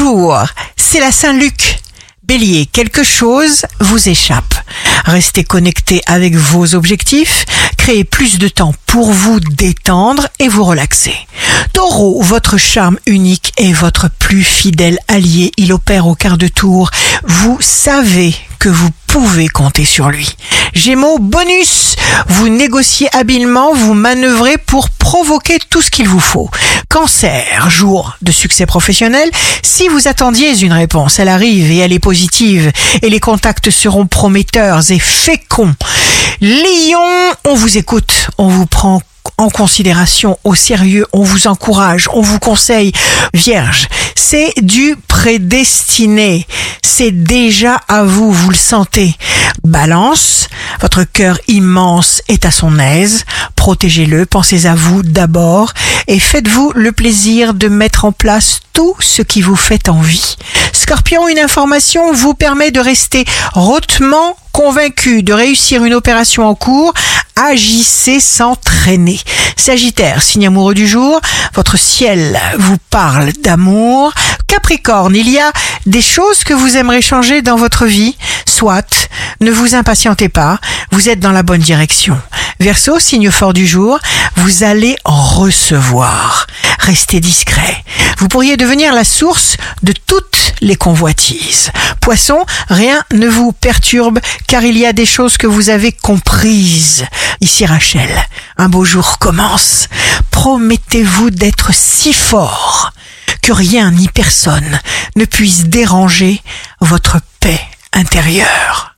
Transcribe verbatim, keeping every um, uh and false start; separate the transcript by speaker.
Speaker 1: jour, c'est la Saint-Luc. Bélier, quelque chose vous échappe. Restez connecté avec vos objectifs, créez plus de temps pour vous détendre et vous relaxer. Taureau, votre charme unique est votre plus fidèle allié. Il opère au quart de tour. Vous savez que vous pouvez compter sur lui. Gémeaux, bonus, vous négociez habilement, vous manœuvrez pour provoquer tout ce qu'il vous faut. Cancer, jour de succès professionnel. Si vous attendiez une réponse, elle arrive et elle est positive et les contacts seront prometteurs et féconds. Lion, on vous écoute, on vous prend en considération, au sérieux, on vous encourage, on vous conseille. Vierge, c'est du prédestiné, c'est déjà à vous, vous le sentez. Balance, votre cœur immense est à son aise, protégez-le, pensez à vous d'abord et faites-vous le plaisir de mettre en place tout ce qui vous fait envie. Scorpion, une information vous permet de rester hautement convaincu de réussir une opération en cours. Agissez sans traîner. Sagittaire, signe amoureux du jour, votre ciel vous parle d'amour. Capricorne, il y a des choses que vous aimeriez changer dans votre vie. Soit, ne vous impatientez pas, vous êtes dans la bonne direction. Verseau, signe fort du jour, vous allez en recevoir. Restez discret. Vous pourriez devenir la source de toutes les convoitises. Poisson, rien ne vous perturbe car il y a des choses que vous avez comprises. Ici Rachel, un beau jour commence. Promettez-vous d'être si fort que rien ni personne ne puisse déranger votre paix intérieure.